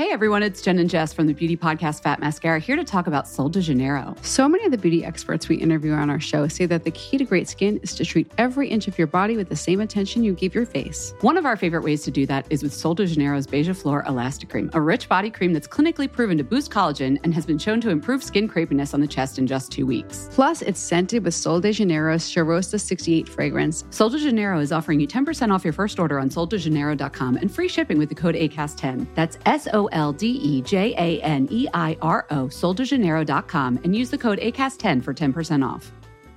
Hey everyone, it's Jen and Jess from the beauty podcast Fat Mascara here to talk about Sol de Janeiro. So many of the beauty experts we interview on our show say that the key to great skin is to treat every inch of your body with the same attention you give your face. One of our favorite ways to do that is with Sol de Janeiro's Beija Flor Elastic Cream, a rich body cream that's clinically proven to boost collagen and has been shown to improve skin crepiness on the chest in just 2 weeks. Plus, it's scented with Sol de Janeiro's Charosta 68 fragrance. Sol de Janeiro is offering you 10% off your first order on soldejaneiro.com and free shipping with the code ACAST10. That's SOLDEJANEIRO, soldejaneiro.com, and use the code ACAST10 for 10% off.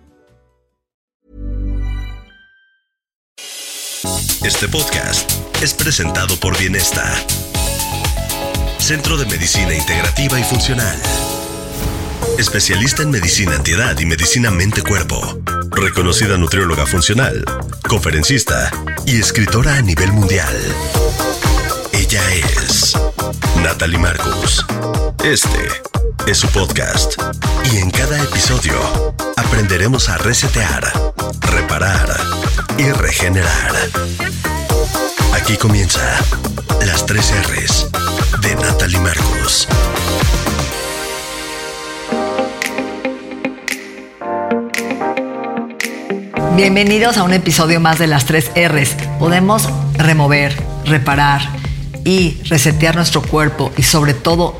Este podcast es presentado por Bienesta, Centro de Medicina Integrativa y Funcional. Especialista en medicina antiedad y medicina mente-cuerpo. Reconocida nutrióloga funcional, conferencista y escritora a nivel mundial. Ella es Natalie Marcus. Este es su podcast. Y en cada episodio aprenderemos a resetear, reparar y regenerar. Aquí comienza las 3 R's de Natalie Marcus. Bienvenidos a un episodio más de las 3 R's. Podemos remover, reparar y resetear nuestro cuerpo y sobre todo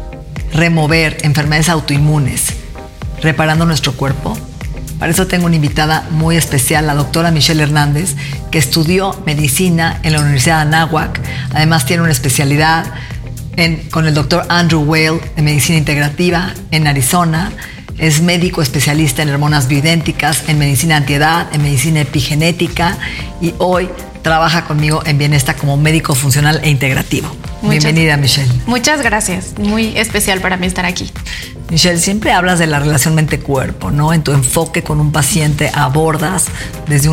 remover enfermedades autoinmunes, reparando nuestro cuerpo. Para eso tengo una invitada muy especial, la doctora Michelle Hernández, que estudió medicina en la Universidad de Anáhuac. Además tiene una especialidad con el doctor Andrew Weil de medicina integrativa en Arizona. Es médico especialista en hormonas bioidénticas, en medicina antiedad, en medicina epigenética y hoy trabaja conmigo en Bienesta como médico funcional e integrativo. Bienvenida, Michelle. Muchas gracias. Muy especial para mí estar aquí. Michelle, siempre hablas de la relación mente-cuerpo, ¿no? En tu enfoque con un paciente abordas desde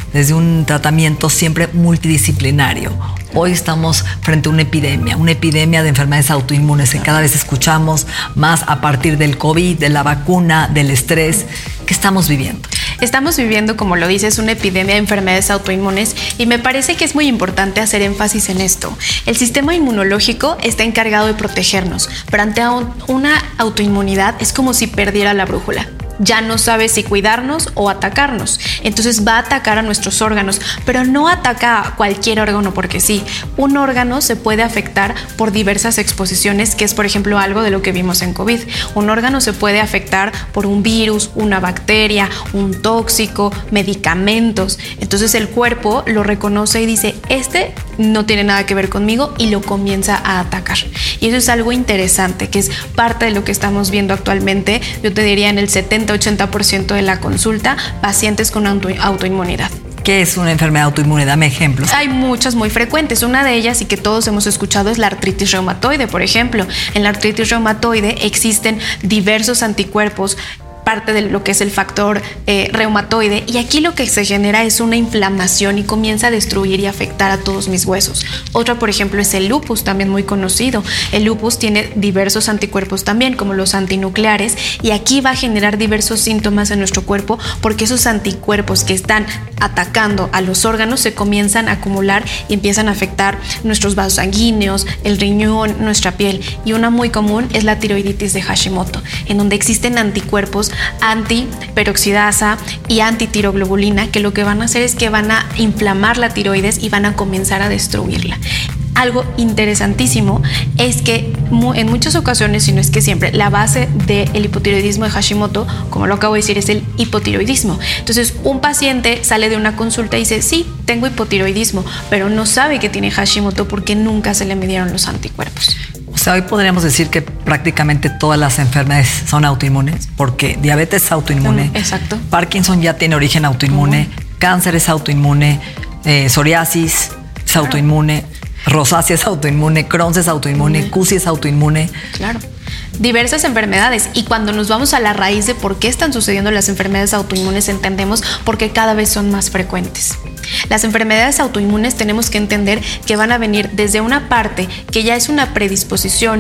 un tratamiento siempre multidisciplinario. Hoy estamos frente a una epidemia de enfermedades autoinmunes que cada vez escuchamos más a partir del COVID, de la vacuna, del estrés. ¿Qué estamos viviendo? Estamos viviendo, como lo dices, una epidemia de enfermedades autoinmunes y me parece que es muy importante hacer énfasis en esto. El sistema inmunológico está encargado de protegernos, pero ante una autoinmunidad es como si perdiera la brújula. Ya no sabe si cuidarnos o atacarnos. Entonces va a atacar a nuestros órganos, pero no ataca a cualquier órgano porque sí. Un órgano se puede afectar por diversas exposiciones, que es, por ejemplo, algo de lo que vimos en COVID. Un órgano se puede afectar por un virus, una bacteria, un tóxico, medicamentos. Entonces el cuerpo lo reconoce y dice, este no tiene nada que ver conmigo y lo comienza a atacar. Y eso es algo interesante, que es parte de lo que estamos viendo actualmente. Yo te diría en el 70-80% de la consulta, pacientes con autoinmunidad. ¿Qué es una enfermedad autoinmune? Dame ejemplos. Hay muchas muy frecuentes. Una de ellas y que todos hemos escuchado es la artritis reumatoide, por ejemplo. En la artritis reumatoide existen diversos anticuerpos, parte de lo que es el factor reumatoide, y aquí lo que se genera es una inflamación y comienza a destruir y afectar a todos mis huesos. Otra, por ejemplo, es el lupus, también muy conocido. El lupus tiene diversos anticuerpos también, como los antinucleares, y aquí va a generar diversos síntomas en nuestro cuerpo porque esos anticuerpos que están atacando a los órganos se comienzan a acumular y empiezan a afectar nuestros vasos sanguíneos, el riñón, nuestra piel. Y una muy común es la tiroiditis de Hashimoto, en donde existen anticuerpos antiperoxidasa y antitiroglobulina que lo que van a hacer es que van a inflamar la tiroides y van a comenzar a destruirla. Algo interesantísimo es que en muchas ocasiones, si no es que siempre, la base del hipotiroidismo de Hashimoto, como lo acabo de decir, es el hipotiroidismo. Entonces, un paciente sale de una consulta y dice, sí, tengo hipotiroidismo, pero no sabe que tiene Hashimoto porque nunca se le midieron los anticuerpos. O sea, hoy podríamos decir que prácticamente todas las enfermedades son autoinmunes, porque diabetes es autoinmune, exacto. Parkinson ya tiene origen autoinmune, cáncer es autoinmune, psoriasis es autoinmune, rosácea es autoinmune, Crohn's es autoinmune, CUSI es autoinmune. Claro. Diversas enfermedades, y cuando nos vamos a la raíz de por qué están sucediendo las enfermedades autoinmunes, entendemos por qué cada vez son más frecuentes. Las enfermedades autoinmunes tenemos que entender que van a venir desde una parte que ya es una predisposición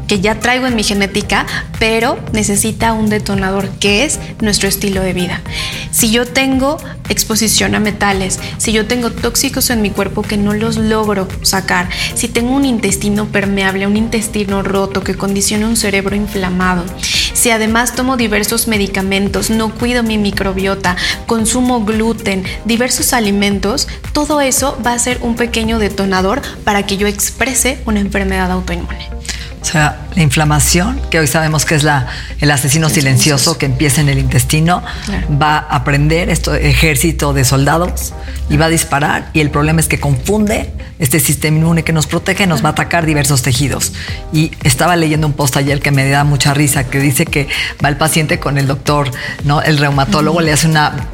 que ya traigo en mi genética, pero necesita un detonador, que es nuestro estilo de vida. Si yo tengo exposición a metales, si yo tengo tóxicos en mi cuerpo que no los logro sacar, si tengo un intestino permeable, un intestino roto que condiciona un cerebro inflamado, si además tomo diversos medicamentos, no cuido mi microbiota, consumo gluten, diversos alimentos, todo eso va a ser un pequeño detonador para que yo exprese una enfermedad autoinmune. O sea, la inflamación, que hoy sabemos que es el asesino silencioso que empieza en el intestino, claro, va a prender este ejército de soldados y va a disparar, y el problema es que confunde este sistema inmune que nos protege, nos va a atacar diversos tejidos. Y estaba leyendo un post ayer que me da mucha risa, que dice que va el paciente con el doctor, ¿no? El reumatólogo le hace una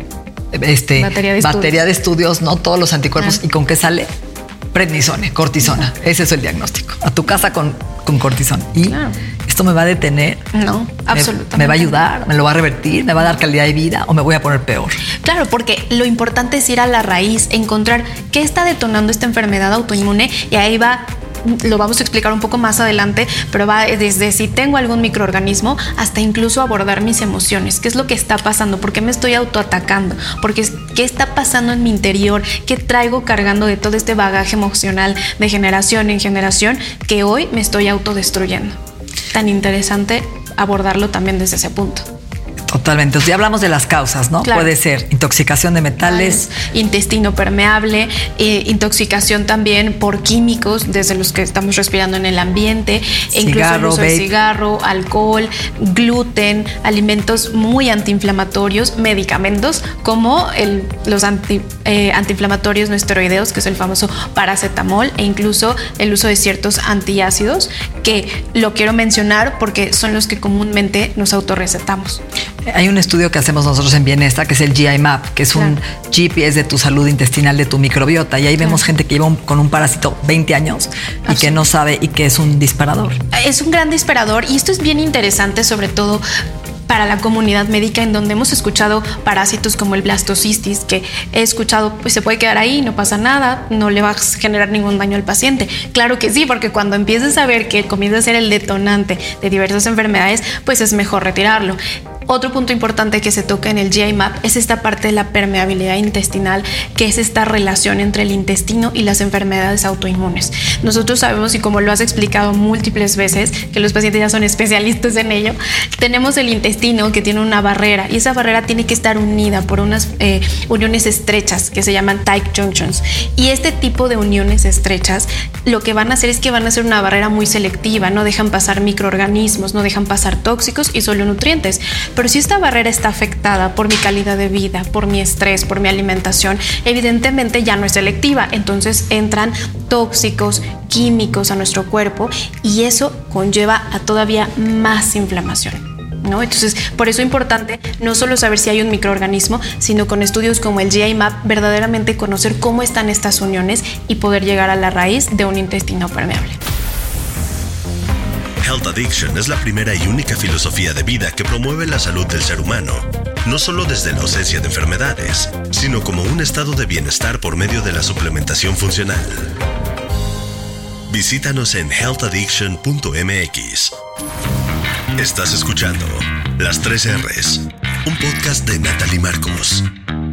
batería de estudios, ¿no? Todos los anticuerpos. ¿Y con qué sale? Prednisone, cortisona. Ese es el diagnóstico. A tu casa con cortisona. Y claro, ¿esto me va a detener? No, absolutamente. ¿Me va a ayudar? ¿Me lo va a revertir? ¿Me va a dar calidad de vida? ¿O me voy a poner peor? Claro, porque lo importante es ir a la raíz, encontrar qué está detonando esta enfermedad autoinmune, y ahí va. Lo vamos a explicar un poco más adelante, pero va desde si tengo algún microorganismo hasta incluso abordar mis emociones. ¿Qué es lo que está pasando? ¿Por qué me estoy autoatacando? ¿Qué está pasando en mi interior? ¿Qué traigo cargando de todo este bagaje emocional de generación en generación que hoy me estoy autodestruyendo? Tan interesante abordarlo también desde ese punto. Totalmente. Entonces ya hablamos de las causas, ¿no? Claro. Puede ser intoxicación de metales, intestino permeable, intoxicación también por químicos desde los que estamos respirando en el ambiente, incluso el uso de cigarro, alcohol, gluten, alimentos muy antiinflamatorios, medicamentos como los antiinflamatorios no esteroideos, que es el famoso paracetamol, e incluso el uso de ciertos antiácidos, que lo quiero mencionar porque son los que comúnmente nos autorrecetamos. Hay un estudio que hacemos nosotros en Bienesta, que es el GI Map, que es un GPS de tu salud intestinal, de tu microbiota, y ahí vemos gente que lleva con un parásito 20 años y que no sabe, y que es un disparador. Es un gran disparador, y esto es bien interesante, sobre todo para la comunidad médica, en donde hemos escuchado parásitos como el blastocistis, que he escuchado, pues se puede quedar ahí, no pasa nada, no le va a generar ningún daño al paciente. Claro que sí, porque cuando empieces a ver que comienza a ser el detonante de diversas enfermedades, pues es mejor retirarlo. Otro punto importante que se toca en el GI Map es esta parte de la permeabilidad intestinal, que es esta relación entre el intestino y las enfermedades autoinmunes. Nosotros sabemos, y como lo has explicado múltiples veces, que los pacientes ya son especialistas en ello, tenemos el intestino que tiene una barrera, y esa barrera tiene que estar unida por unas uniones estrechas que se llaman tight junctions. Y este tipo de uniones estrechas lo que van a hacer es que van a ser una barrera muy selectiva, no dejan pasar microorganismos, no dejan pasar tóxicos y solo nutrientes. Pero si esta barrera está afectada por mi calidad de vida, por mi estrés, por mi alimentación, evidentemente ya no es selectiva. Entonces entran tóxicos, químicos a nuestro cuerpo, y eso conlleva a todavía más inflamación, ¿no? Entonces, por eso es importante no solo saber si hay un microorganismo, sino con estudios como el GI Map, verdaderamente conocer cómo están estas uniones y poder llegar a la raíz de un intestino permeable. Health Addiction es la primera y única filosofía de vida que promueve la salud del ser humano, no solo desde la ausencia de enfermedades, sino como un estado de bienestar por medio de la suplementación funcional. Visítanos en healthaddiction.mx. Estás escuchando Las 3 R's, un podcast de Natalie Marcos.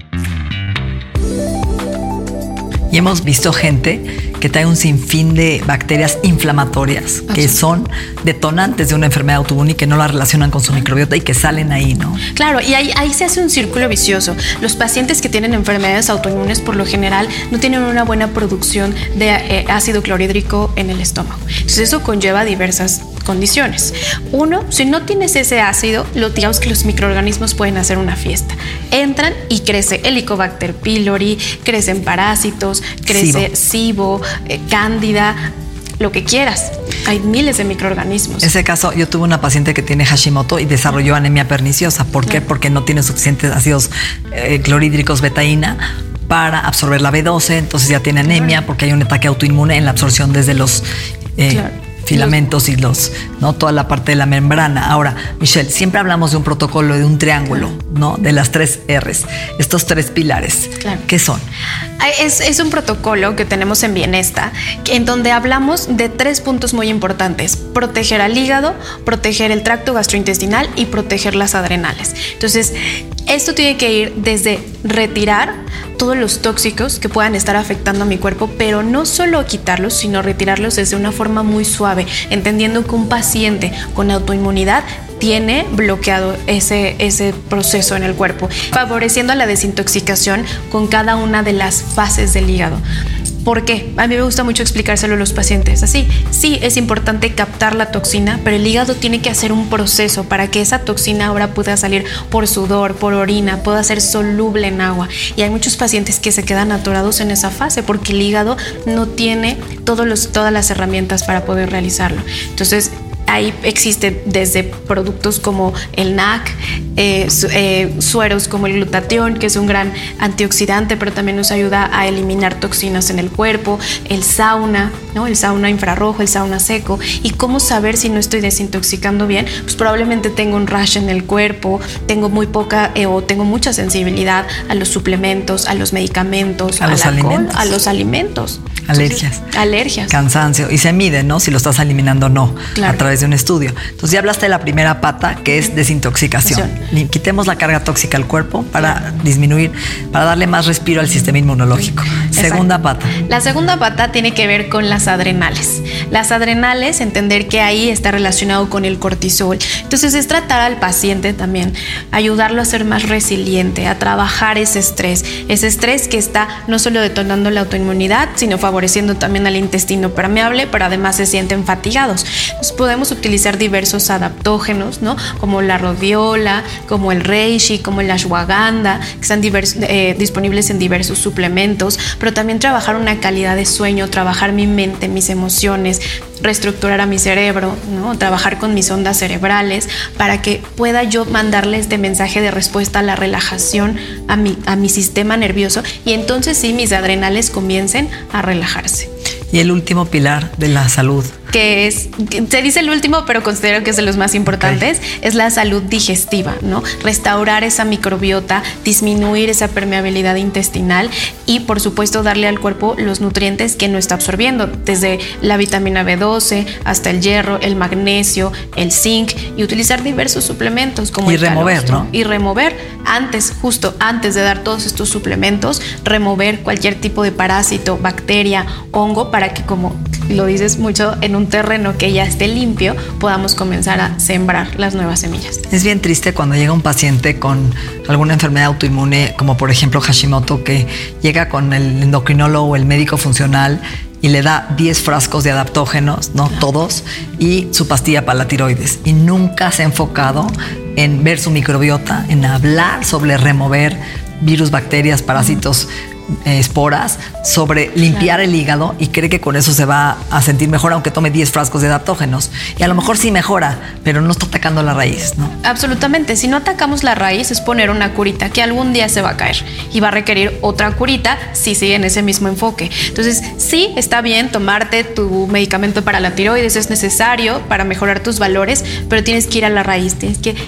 Y hemos visto gente que trae un sinfín de bacterias inflamatorias que son detonantes de una enfermedad autoinmune y que no la relacionan con su microbiota y que salen ahí, ¿no? Claro, y ahí se hace un círculo vicioso. Los pacientes que tienen enfermedades autoinmunes por lo general no tienen una buena producción de ácido clorhídrico en el estómago. Entonces eso conlleva diversas condiciones. Uno, si no tienes ese ácido, digamos que los microorganismos pueden hacer una fiesta. Entran y crece Helicobacter pylori, crecen parásitos, crece SIBO, cándida, lo que quieras. Hay miles de microorganismos. En ese caso, yo tuve una paciente que tiene Hashimoto y desarrolló anemia perniciosa. ¿Por qué? Porque no tiene suficientes ácidos clorhídricos betaína para absorber la B12, entonces ya tiene anemia porque hay un ataque autoinmune en la absorción desde los filamentos y ¿no? Toda la parte de la membrana. Ahora, Michelle, siempre hablamos de un protocolo, de un triángulo, ¿no? De las 3 R's. Estos 3 pilares, ¿qué son? Es un protocolo que tenemos en Bienesta, en donde hablamos de 3 puntos muy importantes: proteger al hígado, proteger el tracto gastrointestinal y proteger las adrenales. Entonces, esto tiene que ir desde retirar todos los tóxicos que puedan estar afectando a mi cuerpo, pero no solo quitarlos, sino retirarlos desde una forma muy suave, entendiendo que un paciente con autoinmunidad tiene bloqueado ese proceso en el cuerpo, favoreciendo la desintoxicación con cada una de las fases del hígado. ¿Por qué? A mí me gusta mucho explicárselo a los pacientes así. Sí, es importante captar la toxina, pero el hígado tiene que hacer un proceso para que esa toxina ahora pueda salir por sudor, por orina, pueda ser soluble en agua. Y hay muchos pacientes que se quedan atorados en esa fase porque el hígado no tiene todas las herramientas para poder realizarlo. Entonces, ahí existe desde productos como el NAC, sueros como el glutatión, que es un gran antioxidante, pero también nos ayuda a eliminar toxinas en el cuerpo, el sauna, ¿no? El sauna infrarrojo, el sauna seco. ¿Y cómo saber si no estoy desintoxicando bien? Pues probablemente tengo un rash en el cuerpo, tengo muy poca o tengo mucha sensibilidad a los suplementos, a los medicamentos, al alcohol, a los alimentos. Alergias. Entonces, alergias. Cansancio. Y se mide, ¿no? Si lo estás eliminando o no, claro, a través de un estudio. Entonces ya hablaste de la primera pata, que es desintoxicación. Quitemos la carga tóxica al cuerpo para disminuir, para darle más respiro al sistema inmunológico. Exacto. Segunda pata. La segunda pata tiene que ver con las adrenales. Las adrenales, entender que ahí está relacionado con el cortisol. Entonces es tratar al paciente también, ayudarlo a ser más resiliente, a trabajar ese estrés que está no solo detonando la autoinmunidad, sino favoreciendo también al intestino permeable, pero además se sienten fatigados. Entonces podemos utilizar diversos adaptógenos, ¿no? Como la rodiola, como el reishi, como el ashwagandha, que están disponibles en diversos suplementos, pero también trabajar una calidad de sueño, trabajar mi mente, mis emociones, reestructurar a mi cerebro, ¿no? Trabajar con mis ondas cerebrales para que pueda yo mandarle este mensaje de respuesta a la relajación a mi sistema nervioso, y entonces sí, mis adrenales comiencen a relajarse. Y el último pilar de la salud, que se dice el último, pero considero que es de los más importantes, es la salud digestiva, ¿no? Restaurar esa microbiota, disminuir esa permeabilidad intestinal y, por supuesto, darle al cuerpo los nutrientes que no está absorbiendo, desde la vitamina B12 hasta el hierro, el magnesio, el zinc, y utilizar diversos suplementos como el calostro, ¿no? Y remover justo antes de dar todos estos suplementos, remover cualquier tipo de parásito, bacteria, hongo, para que, como lo dices mucho, en un terreno que ya esté limpio, podamos comenzar a sembrar las nuevas semillas. Es bien triste cuando llega un paciente con alguna enfermedad autoinmune, como por ejemplo Hashimoto, que llega con el endocrinólogo o el médico funcional y le da 10 frascos de adaptógenos, ¿no? Claro. Todos, y su pastilla para la tiroides. Y nunca se ha enfocado en ver su microbiota, en hablar sobre remover virus, bacterias, parásitos, esporas, sobre limpiar el hígado, y cree que con eso se va a sentir mejor aunque tome 10 frascos de adaptógenos. Y a lo mejor sí mejora, pero no está atacando la raíz, ¿no? Absolutamente. Si no atacamos la raíz, es poner una curita que algún día se va a caer y va a requerir otra curita si sigue en ese mismo enfoque. Entonces, sí, está bien tomarte tu medicamento para la tiroides, es necesario para mejorar tus valores, pero tienes que ir a la raíz, tienes que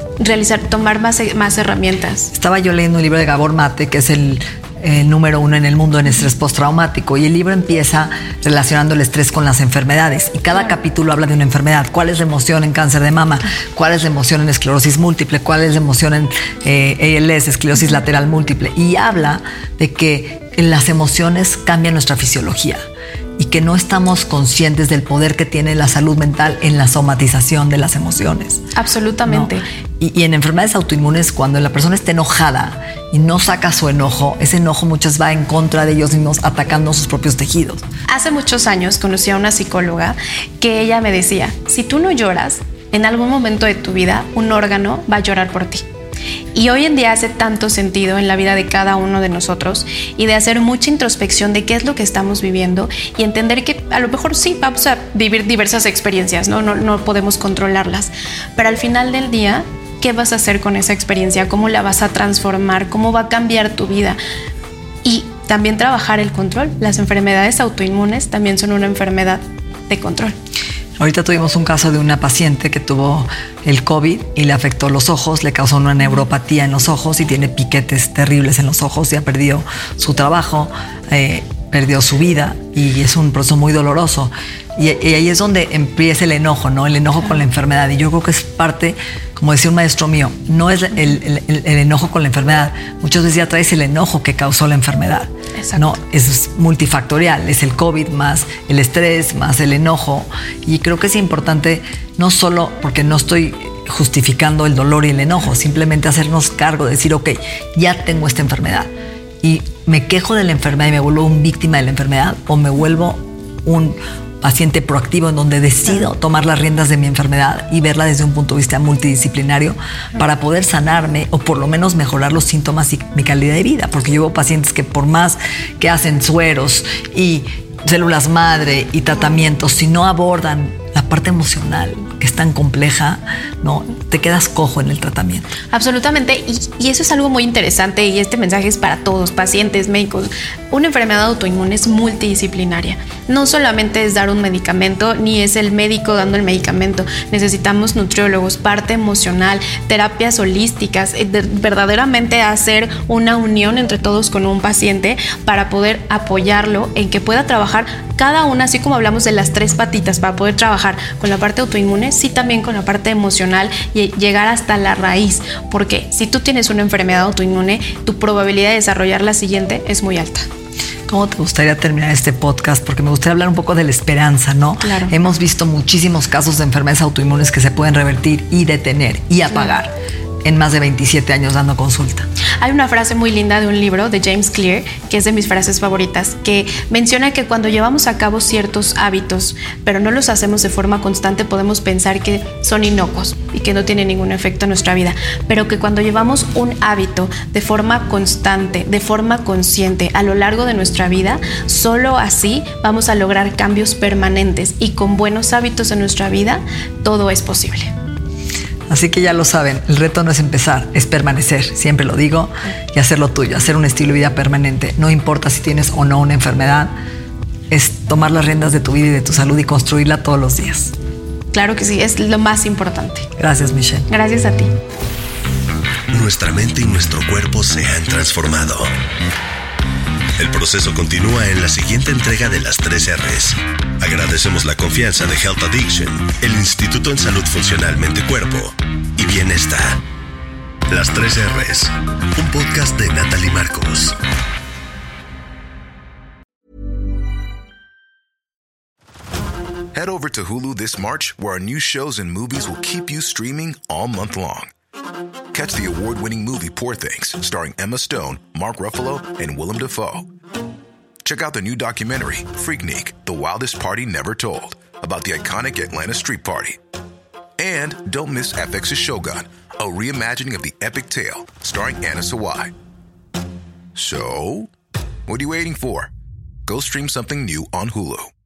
tomar más herramientas. Estaba yo leyendo un libro de Gabor Mate, que es el número 1 en el mundo en estrés postraumático, y el libro empieza relacionando el estrés con las enfermedades, y cada capítulo habla de una enfermedad. ¿Cuál es la emoción en cáncer de mama? ¿Cuál es la emoción en esclerosis múltiple? ¿Cuál es la emoción en ALS, esclerosis lateral múltiple? Y habla de que las emociones cambian nuestra fisiología y que no estamos conscientes del poder que tiene la salud mental en la somatización de las emociones. Absolutamente. ¿No? Y en enfermedades autoinmunes, cuando la persona está enojada y no saca su enojo, ese enojo muchas va en contra de ellos mismos, atacando sus propios tejidos. Hace muchos años conocí a una psicóloga que ella me decía, si tú no lloras, en algún momento de tu vida un órgano va a llorar por ti. Y hoy en día hace tanto sentido en la vida de cada uno de nosotros, y de hacer mucha introspección de qué es lo que estamos viviendo y entender que a lo mejor sí vamos a vivir diversas experiencias, no podemos controlarlas, pero al final del día, ¿qué vas a hacer con esa experiencia? ¿Cómo la vas a transformar? ¿Cómo va a cambiar tu vida? Y también trabajar el control. Las enfermedades autoinmunes también son una enfermedad de control. Ahorita tuvimos un caso de una paciente que tuvo el COVID y le afectó los ojos, le causó una neuropatía en los ojos y tiene piquetes terribles en los ojos, ya perdió su trabajo, perdió su vida y es un proceso muy doloroso. Y ahí es donde empieza el enojo, ¿no? El enojo con la enfermedad. Y yo creo que es parte, como decía un maestro mío, no es el enojo con la enfermedad. Muchas veces ya traes el enojo que causó la enfermedad. Exacto. No, es multifactorial. Es el COVID más el estrés más el enojo. Y creo que es importante, no solo porque no estoy justificando el dolor y el enojo, simplemente hacernos cargo de decir, ok, ya tengo esta enfermedad. Y me quejo de la enfermedad y me vuelvo una víctima de la enfermedad, o me vuelvo un paciente proactivo en donde decido tomar las riendas de mi enfermedad y verla desde un punto de vista multidisciplinario para poder sanarme o por lo menos mejorar los síntomas y mi calidad de vida. Porque yo veo pacientes que por más que hacen sueros y células madre y tratamientos, si no abordan la parte emocional, que es tan compleja, ¿no? Te quedas cojo en el tratamiento. Absolutamente, y eso es algo muy interesante, y este mensaje es para todos, pacientes, médicos. Una enfermedad autoinmune es multidisciplinaria. No solamente es dar un medicamento, ni es el médico dando el medicamento. Necesitamos nutriólogos, parte emocional, terapias holísticas, verdaderamente hacer una unión entre todos con un paciente para poder apoyarlo en que pueda trabajar cada una, así como hablamos de las 3 patitas, para poder trabajar con la parte autoinmune, sí también con la parte emocional y llegar hasta la raíz, porque si tú tienes una enfermedad autoinmune, tu probabilidad de desarrollar la siguiente es muy alta. ¿Cómo te gustaría terminar este podcast? Porque me gustaría hablar un poco de la esperanza, ¿no? Claro. Hemos visto muchísimos casos de enfermedades autoinmunes que se pueden revertir y detener y apagar en más de 27 años dando consulta. Hay una frase muy linda de un libro de James Clear, que es de mis frases favoritas, que menciona que cuando llevamos a cabo ciertos hábitos, pero no los hacemos de forma constante, podemos pensar que son inocuos y que no tienen ningún efecto en nuestra vida, pero que cuando llevamos un hábito de forma constante, de forma consciente a lo largo de nuestra vida, solo así vamos a lograr cambios permanentes, y con buenos hábitos en nuestra vida todo es posible. Así que ya lo saben, el reto no es empezar, es permanecer, siempre lo digo, y hacer lo tuyo, hacer un estilo de vida permanente. No importa si tienes o no una enfermedad, es tomar las riendas de tu vida y de tu salud y construirla todos los días. Claro que sí, es lo más importante. Gracias, Michelle. Gracias a ti. Nuestra mente y nuestro cuerpo se han transformado. El proceso continúa en la siguiente entrega de las 3 R's. Agradecemos la confianza de Health Addiction, el Instituto en Salud Funcional Mente-Cuerpo y Bienestar. Las 3 R's, un podcast de Natalie Marcos. Head over to Hulu this March, where our new shows and movies will keep you streaming all month long. Catch the award-winning movie Poor Things, starring Emma Stone, Mark Ruffalo, and Willem Dafoe. Check out the new documentary, Freaknik, The Wildest Party Never Told, about the iconic Atlanta Street Party. And don't miss FX's Shogun, a reimagining of the epic tale, starring Anna Sawai. So, what are you waiting for? Go stream something new on Hulu.